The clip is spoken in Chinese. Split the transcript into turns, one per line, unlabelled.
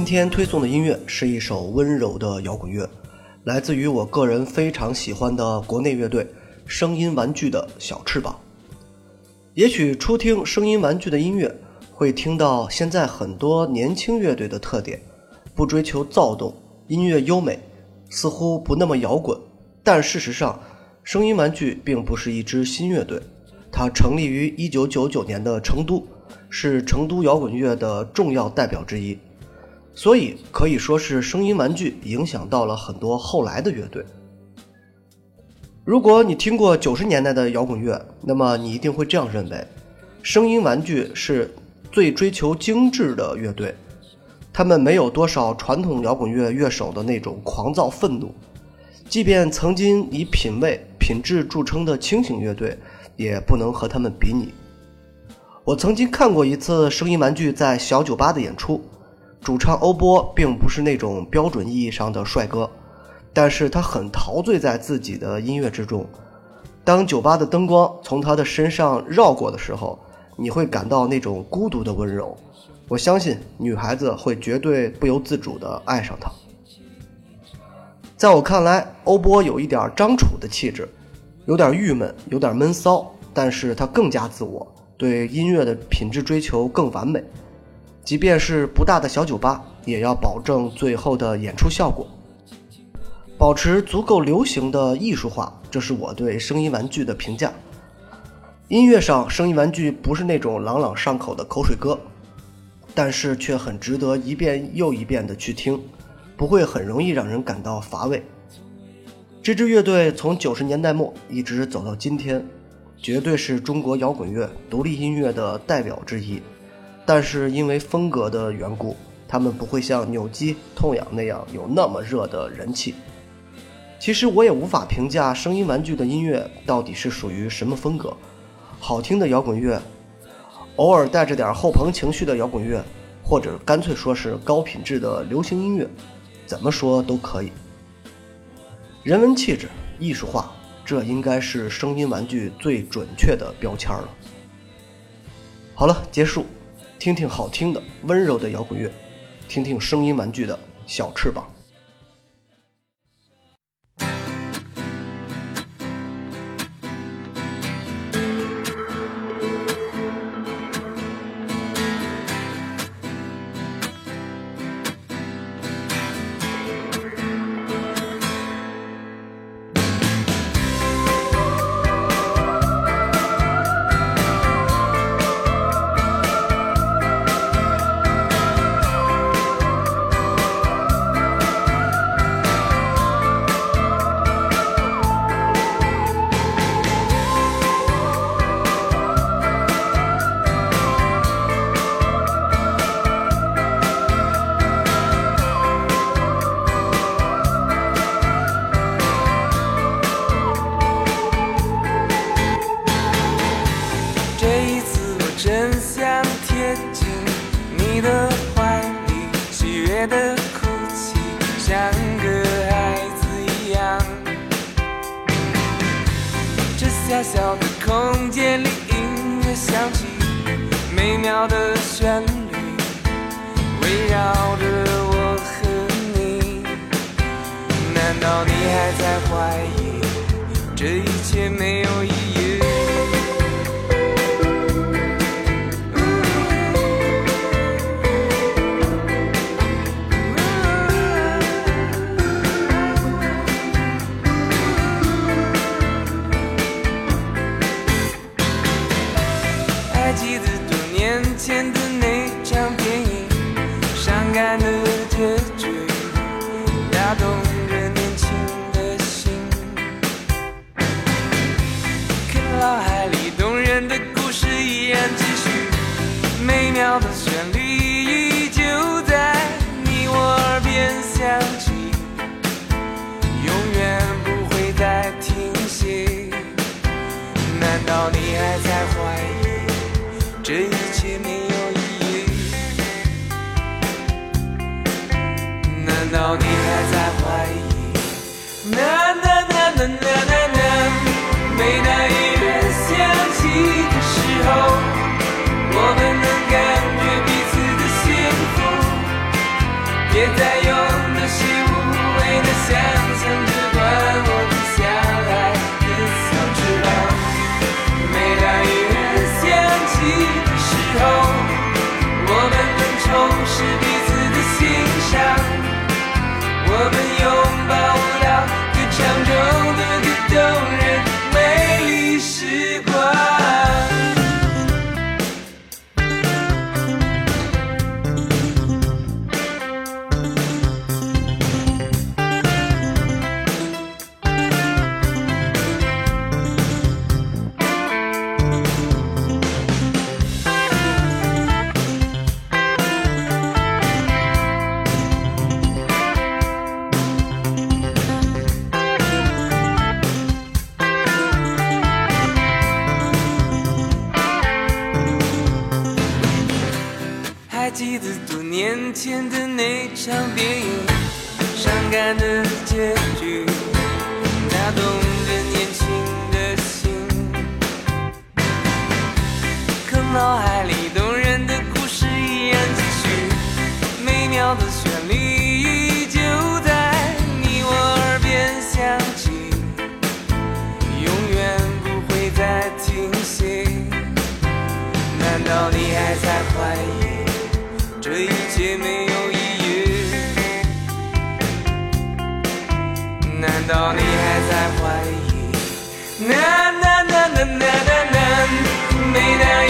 天推送的音乐是一首温柔的摇滚乐，来自于我个人非常喜欢的国内乐队声音玩具的小翅膀。也许初听声音玩具的音乐，会听到现在很多年轻乐队的特点，不追求躁动，音乐优美，似乎不那么摇滚。但事实上，声音玩具并不是一支新乐队，它成立于1999年的成都，是成都摇滚乐的重要代表之一，所以可以说是声音玩具影响到了很多后来的乐队。如果你听过90年代的摇滚乐，那么你一定会这样认为，声音玩具是最追求精致的乐队，他们没有多少传统摇滚乐乐手的那种狂躁愤怒，即便曾经以品味品质著称的清醒乐队也不能和他们比拟。我曾经看过一次声音玩具在小酒吧的演出，主唱欧波并不是那种标准意义上的帅哥，但是他很陶醉在自己的音乐之中。当酒吧的灯光从他的身上绕过的时候，你会感到那种孤独的温柔，我相信女孩子会绝对不由自主地爱上他。在我看来，欧波有一点张楚的气质，有点郁闷，有点闷骚，但是他更加自我，对音乐的品质追求更完美，即便是不大的小酒吧，也要保证最后的演出效果，保持足够流行的艺术化，这是我对声音玩具的评价。音乐上，声音玩具不是那种朗朗上口的口水歌，但是却很值得一遍又一遍的去听，不会很容易让人感到乏味。这支乐队从90年代末一直走到今天，绝对是中国摇滚乐、独立音乐的代表之一。但是因为风格的缘故，他们不会像扭机、痛痒那样有那么热的人气。其实我也无法评价声音玩具的音乐到底是属于什么风格，好听的摇滚乐，偶尔带着点后朋情绪的摇滚乐，或者干脆说是高品质的流行音乐，怎么说都可以。人文气质、艺术化，这应该是声音玩具最准确的标签了。好了，结束。听听好听的温柔的摇滚乐，听听声音玩具的小翅膀。
真想贴近你的怀里，喜悦的哭泣，像个孩子一样。这小小的空间里，音乐响起，美妙的旋律围绕着我和你。难道你还在怀疑这一切没有意义？前的那场电影，伤感的结局打动着年轻的心。可脑海里动人的故事依然继续，美妙的旋律依旧在你我耳边响起，永远不会再停息。难道你还在怀疑这一切没有意义？难道你还在怀疑？每当音乐响起的时候，我们能感觉彼此的幸福。 别再用那些无谓的想象遮断我们相爱的小翅膀。每当音乐响起的时候，我们能重拾彼此的欣赏。我们拥抱舞蹈，歌唱中那个动人美丽时光。还记得多年前的那场电影，伤感的结局，打动着年轻的心。可脑海里动人的故事依然继续，美妙的旋律依旧在你我耳边响起，永远不会再停息。难道你还在怀疑这一切没有意义？难道你还在怀疑？每当